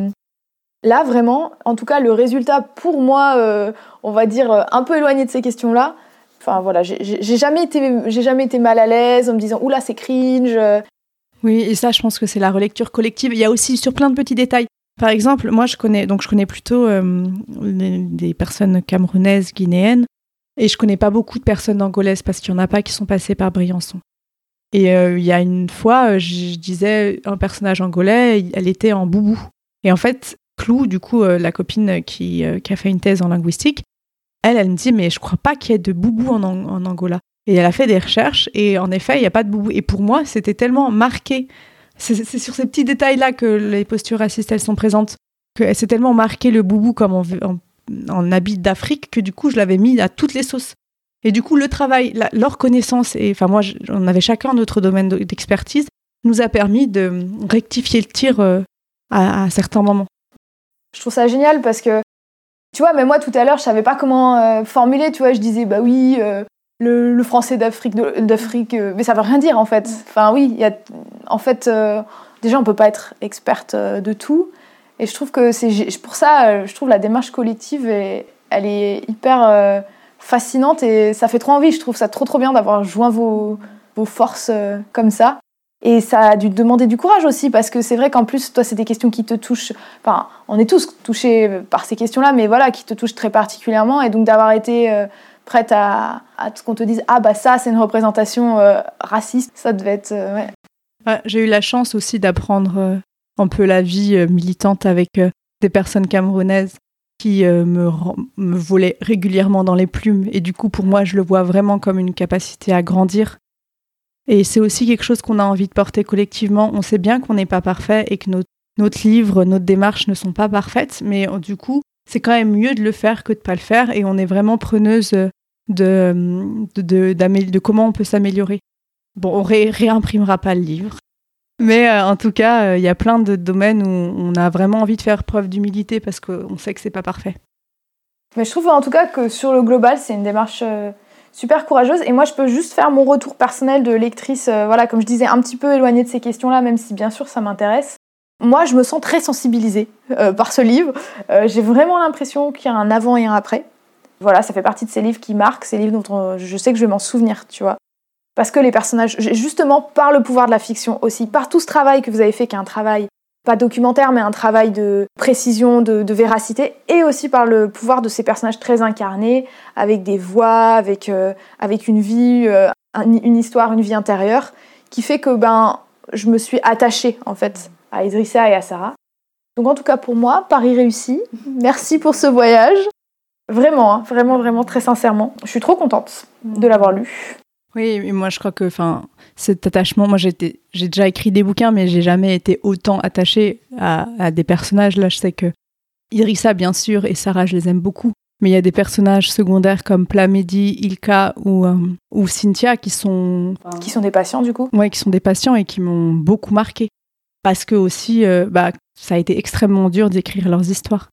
Là, vraiment, en tout cas, le résultat, pour moi, euh, on va dire, euh, un peu éloigné de ces questions-là, enfin, voilà, j'ai, j'ai, jamais été, j'ai jamais été mal à l'aise en me disant « Oula, c'est cringe ». Oui, et ça, je pense que c'est la relecture collective. Il y a aussi sur plein de petits détails. Par exemple, moi, je connais, donc, je connais plutôt euh, les, des personnes camerounaises, guinéennes, et je connais pas beaucoup de personnes angolaises parce qu'il y en a pas qui sont passées par Briançon. Et euh, il y a une fois, euh, je disais, un personnage angolais, elle était en boubou. Et en fait... Clou, du coup, euh, la copine qui, euh, qui a fait une thèse en linguistique, elle, elle me dit, mais je crois pas qu'il y ait de boubou en, en Angola. Et elle a fait des recherches, et en effet, il n'y a pas de boubou. Et pour moi, c'était tellement marqué. C'est, c'est sur ces petits détails-là que les postures racistes, elles sont présentes. Que c'est tellement marqué le boubou comme en, en, en habit d'Afrique, que du coup, je l'avais mis à toutes les sauces. Et du coup, le travail, la, leur connaissance, et enfin, moi, je, on avait chacun notre domaine d'expertise, nous a permis de rectifier le tir euh, à, à certains moments. Je trouve ça génial parce que, tu vois, même moi tout à l'heure, je savais pas comment euh, formuler, tu vois, je disais, bah oui, euh, le, le français d'Afrique, de, d'Afrique euh, mais ça veut rien dire en fait. Enfin oui, y a, en fait, euh, déjà on peut pas être experte euh, de tout. Et je trouve que c'est pour ça, euh, je trouve la démarche collective, est, elle est hyper euh, fascinante et ça fait trop envie. Je trouve ça trop trop bien d'avoir joint vos, vos forces euh, comme ça. Et ça a dû te demander du courage aussi, parce que c'est vrai qu'en plus, toi, c'est des questions qui te touchent... Enfin, on est tous touchés par ces questions-là, mais voilà, qui te touchent très particulièrement. Et donc, d'avoir été euh, prête à, à ce qu'on te dise « Ah, bah ça, c'est une représentation euh, raciste », ça devait être... Euh, ouais. Ouais, j'ai eu la chance aussi d'apprendre euh, un peu la vie euh, militante avec euh, des personnes camerounaises qui euh, me, me volaient régulièrement dans les plumes. Et du coup, pour moi, je le vois vraiment comme une capacité à grandir. Et c'est aussi quelque chose qu'on a envie de porter collectivement. On sait bien qu'on n'est pas parfait et que nos, notre livre, notre démarche ne sont pas parfaites, mais euh, du coup, c'est quand même mieux de le faire que de ne pas le faire, et on est vraiment preneuse de, de, de, de, de comment on peut s'améliorer. Bon, on ré, réimprimera pas le livre, mais euh, en tout cas, il euh, y a plein de domaines où on a vraiment envie de faire preuve d'humilité parce qu'on sait que c'est pas parfait. Mais je trouve en tout cas que sur le global, c'est une démarche euh, super courageuse. Et moi, je peux juste faire mon retour personnel de lectrice, euh, voilà, comme je disais, un petit peu éloignée de ces questions-là, même si bien sûr ça m'intéresse. Moi, je me sens très sensibilisée euh, par ce livre. Euh, j'ai vraiment l'impression qu'il y a un avant et un après. Voilà, ça fait partie de ces livres qui marquent, ces livres dont on, je sais que je vais m'en souvenir, tu vois. Parce que les personnages, justement par le pouvoir de la fiction aussi, par tout ce travail que vous avez fait, qui est un travail, pas documentaire, mais un travail de précision, de, de véracité, et aussi par le pouvoir de ces personnages très incarnés, avec des voix, avec, euh, avec une vie, euh, une histoire, une vie intérieure, qui fait que ben, je me suis attachée, en fait, à Idrissa et à Sarah. Donc en tout cas pour moi, Paris réussi. Merci pour ce voyage. Vraiment, hein, vraiment, vraiment, très sincèrement. Je suis trop contente de l'avoir lu. Oui, et moi je crois que cet attachement, moi j'ai, été, j'ai déjà écrit des bouquins, mais j'ai jamais été autant attachée à, à des personnages. Là, je sais que Idrissa, bien sûr, et Sarah, je les aime beaucoup. Mais il y a des personnages secondaires comme Plamedi, Ilka ou, euh, ou Cynthia qui sont... Qui sont des patients, du coup. Oui, qui sont des patients et qui m'ont beaucoup marquée. Parce que aussi, euh, bah, ça a été extrêmement dur d'écrire leurs histoires.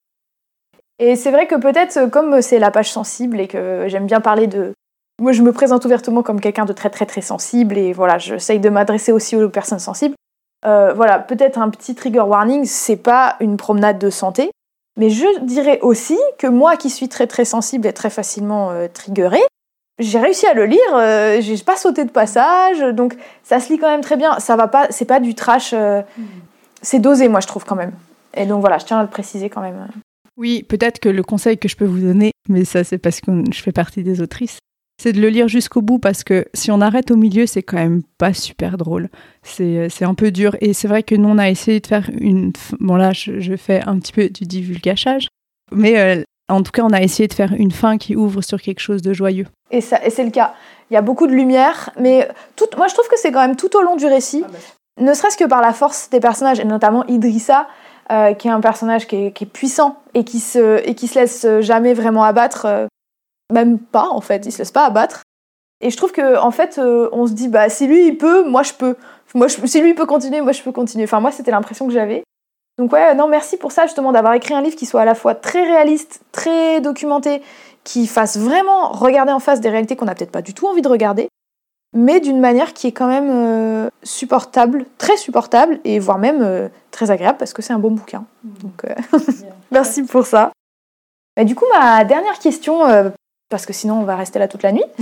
Et c'est vrai que peut-être, comme c'est la page sensible et que j'aime bien parler de... Moi, je me présente ouvertement comme quelqu'un de très, très, très sensible et voilà, j'essaye de m'adresser aussi aux personnes sensibles. Euh, voilà, peut-être un petit trigger warning, c'est pas une promenade de santé, mais je dirais aussi que moi qui suis très, très sensible et très facilement euh, triggerée, j'ai réussi à le lire, euh, j'ai pas sauté de passage, donc ça se lit quand même très bien. Ça va pas, c'est pas du trash, euh, mmh. C'est dosé, moi, je trouve, quand même. Et donc voilà, je tiens à le préciser quand même. Oui, peut-être que le conseil que je peux vous donner, mais ça, c'est parce que je fais partie des autrices, c'est de le lire jusqu'au bout, parce que si on arrête au milieu, c'est quand même pas super drôle. C'est, c'est un peu dur. Et c'est vrai que nous, on a essayé de faire une... Bon, là, je, je fais un petit peu du divulgachage. Mais euh, en tout cas, on a essayé de faire une fin qui ouvre sur quelque chose de joyeux. Et, ça, et c'est le cas. Il y a beaucoup de lumière, mais tout, moi, je trouve que c'est quand même tout au long du récit, ah bah. Ne serait-ce que par la force des personnages, et notamment Idrissa, euh, qui est un personnage qui est, qui est puissant et qui se, et qui se laisse jamais vraiment abattre... Euh, Même pas, en fait, il se laisse pas abattre. Et je trouve que en fait, euh, on se dit, bah si lui il peut, moi je peux. Moi, je, si lui il peut continuer, moi je peux continuer. Enfin, moi, c'était l'impression que j'avais. Donc ouais, non, merci pour ça, justement, d'avoir écrit un livre qui soit à la fois très réaliste, très documenté, qui fasse vraiment regarder en face des réalités qu'on n'a peut-être pas du tout envie de regarder, mais d'une manière qui est quand même euh, supportable, très supportable, et voire même euh, très agréable, parce que c'est un bon bouquin. Donc, euh, merci pour ça. Et du coup, ma dernière question... Euh, parce que sinon on va rester là toute la nuit, mmh.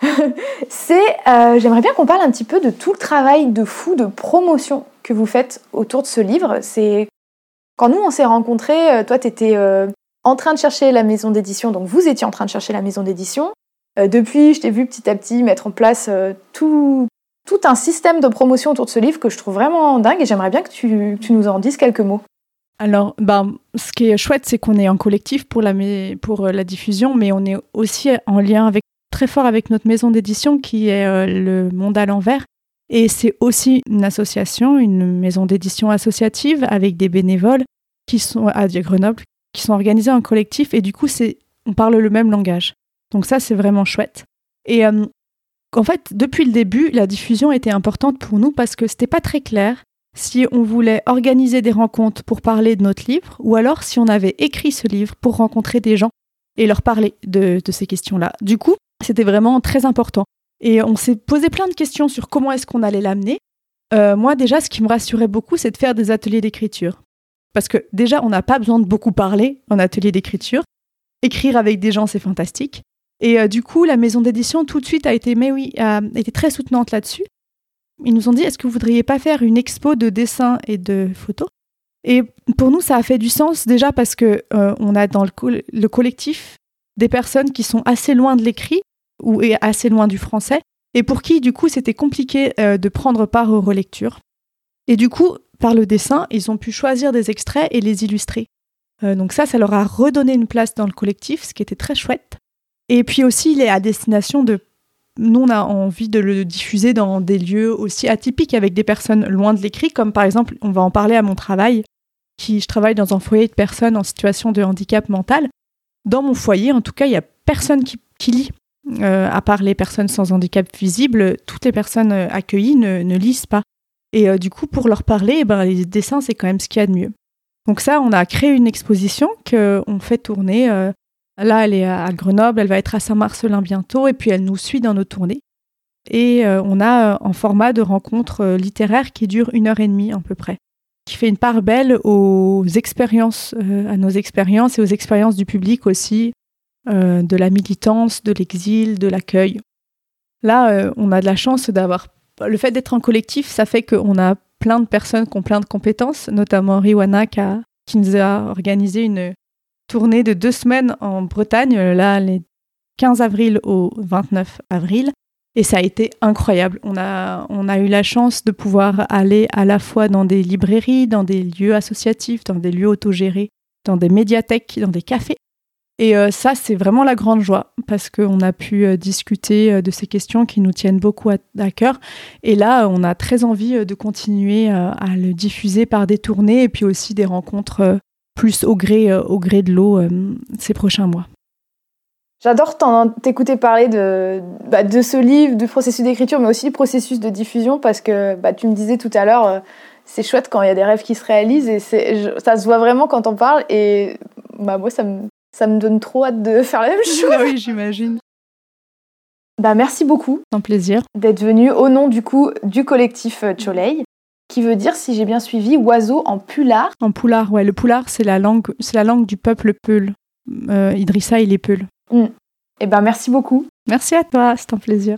c'est, euh, j'aimerais bien qu'on parle un petit peu de tout le travail de fou de promotion que vous faites autour de ce livre. C'est quand nous on s'est rencontrés, toi t'étais euh, en train de chercher la maison d'édition, donc vous étiez en train de chercher la maison d'édition. Euh, depuis, je t'ai vu petit à petit mettre en place euh, tout, tout un système de promotion autour de ce livre que je trouve vraiment dingue, et j'aimerais bien que tu, que tu nous en dises quelques mots. Alors, ben, ce qui est chouette, c'est qu'on est en collectif pour la, pour la diffusion, mais on est aussi en lien avec, très fort avec notre maison d'édition qui est euh, le Monde à l'envers. Et c'est aussi une association, une maison d'édition associative avec des bénévoles qui sont à Grenoble, qui sont organisés en collectif. Et du coup, c'est, on parle le même langage. Donc ça, c'est vraiment chouette. Et euh, en fait, depuis le début, la diffusion était importante pour nous parce que c'était pas très clair si on voulait organiser des rencontres pour parler de notre livre, ou alors si on avait écrit ce livre pour rencontrer des gens et leur parler de, de ces questions-là. Du coup, c'était vraiment très important. Et on s'est posé plein de questions sur comment est-ce qu'on allait l'amener. Euh, moi, déjà, ce qui me rassurait beaucoup, c'est de faire des ateliers d'écriture. Parce que déjà, on n'a pas besoin de beaucoup parler en atelier d'écriture. Écrire avec des gens, c'est fantastique. Et euh, du coup, la maison d'édition, tout de suite, a été, mais oui, a été très soutenante là-dessus. Ils nous ont dit, est-ce que vous ne voudriez pas faire une expo de dessins et de photos ? Et pour nous, ça a fait du sens, déjà parce qu'on euh, a dans le, co- le collectif des personnes qui sont assez loin de l'écrit ou assez loin du français, et pour qui, du coup, c'était compliqué euh, de prendre part aux relectures. Et du coup, par le dessin, ils ont pu choisir des extraits et les illustrer. Euh, donc ça, ça leur a redonné une place dans le collectif, ce qui était très chouette. Et puis aussi, il est à destination de... Nous, on a envie de le diffuser dans des lieux aussi atypiques avec des personnes loin de l'écrit, comme par exemple, on va en parler à mon travail, qui, je travaille dans un foyer de personnes en situation de handicap mental. Dans mon foyer, en tout cas, il n'y a personne qui, qui lit. Euh, à part les personnes sans handicap visible, toutes les personnes accueillies ne, ne lisent pas. Et euh, du coup, pour leur parler, eh ben, les dessins, c'est quand même ce qu'il y a de mieux. Donc ça, on a créé une exposition qu'on fait tourner. Euh, là, elle est à Grenoble, elle va être à Saint-Marcelin bientôt, et puis elle nous suit dans nos tournées. Et euh, on a euh, en format de rencontre euh, littéraire qui dure une heure et demie à peu près, qui fait une part belle aux expériences, euh, à nos expériences et aux expériences du public aussi, euh, de la militance, de l'exil, de l'accueil. Là, euh, on a de la chance d'avoir... Le fait d'être en collectif, ça fait qu'on a plein de personnes qui ont plein de compétences, notamment Riwana qui, a, qui nous a organisé une tournée de deux semaines en Bretagne, là, les quinze avril au vingt-neuf avril. Et ça a été incroyable. On a, on a eu la chance de pouvoir aller à la fois dans des librairies, dans des lieux associatifs, dans des lieux autogérés, dans des médiathèques, dans des cafés. Et euh, ça, c'est vraiment la grande joie parce qu'on a pu euh, discuter euh, de ces questions qui nous tiennent beaucoup à, à cœur. Et là, on a très envie euh, de continuer euh, à le diffuser par des tournées et puis aussi des rencontres euh, plus au gré, euh, au gré de l'eau euh, ces prochains mois. J'adore t'écouter parler de, bah, de ce livre, du processus d'écriture, mais aussi du processus de diffusion, parce que bah, tu me disais tout à l'heure, euh, c'est chouette quand il y a des rêves qui se réalisent, et c'est, je, ça se voit vraiment quand on parle, et bah, moi, ça me, ça me donne trop hâte de faire la même chose. Ah oui, j'imagine. Bah, merci beaucoup. C'est un plaisir. D'être venu au nom du coup du collectif Tcholey, qui veut dire, si j'ai bien suivi, oiseau en pulaar. En pulaar, ouais. Le pulaar, c'est la langue, c'est la langue du peuple Peul. Euh, Idrissa, il est Peul. Mmh. Eh ben, merci beaucoup. Merci à toi, c'est un plaisir.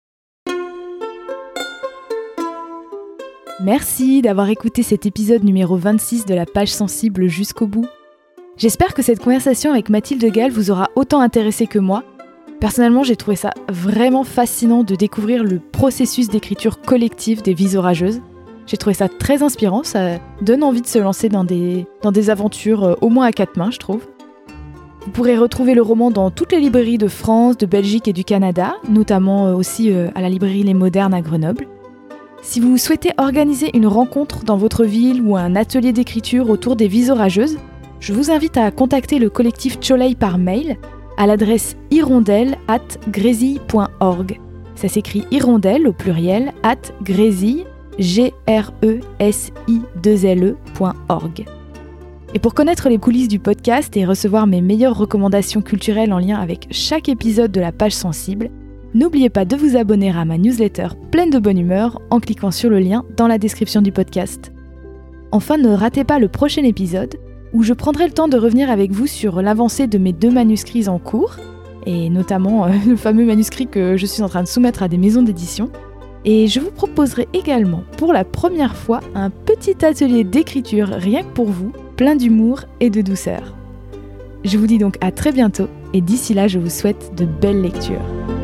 Merci d'avoir écouté cet épisode numéro vingt-six de la page sensible jusqu'au bout. J'espère que cette conversation avec Mathilde Gall vous aura autant intéressé que moi. Personnellement, j'ai trouvé ça vraiment fascinant de découvrir le processus d'écriture collective des Vies orageuses. J'ai trouvé ça très inspirant, ça donne envie de se lancer dans des, dans des aventures euh, au moins à quatre mains, je trouve. Vous pourrez retrouver le roman dans toutes les librairies de France, de Belgique et du Canada, notamment aussi à la librairie Les Modernes à Grenoble. Si vous souhaitez organiser une rencontre dans votre ville ou un atelier d'écriture autour des Vies orageuses, je vous invite à contacter le collectif Tcholey par mail à l'adresse hirondelle arobase grésille point org. Ça s'écrit hirondelle au pluriel at grésille, G R E S I deux L E point org. Et pour connaître les coulisses du podcast et recevoir mes meilleures recommandations culturelles en lien avec chaque épisode de la page sensible, n'oubliez pas de vous abonner à ma newsletter pleine de bonne humeur en cliquant sur le lien dans la description du podcast. Enfin, ne ratez pas le prochain épisode où je prendrai le temps de revenir avec vous sur l'avancée de mes deux manuscrits en cours, et notamment euh, le fameux manuscrit que je suis en train de soumettre à des maisons d'édition. Et je vous proposerai également pour la première fois un petit atelier d'écriture rien que pour vous, plein d'humour et de douceur. Je vous dis donc à très bientôt et d'ici là je vous souhaite de belles lectures.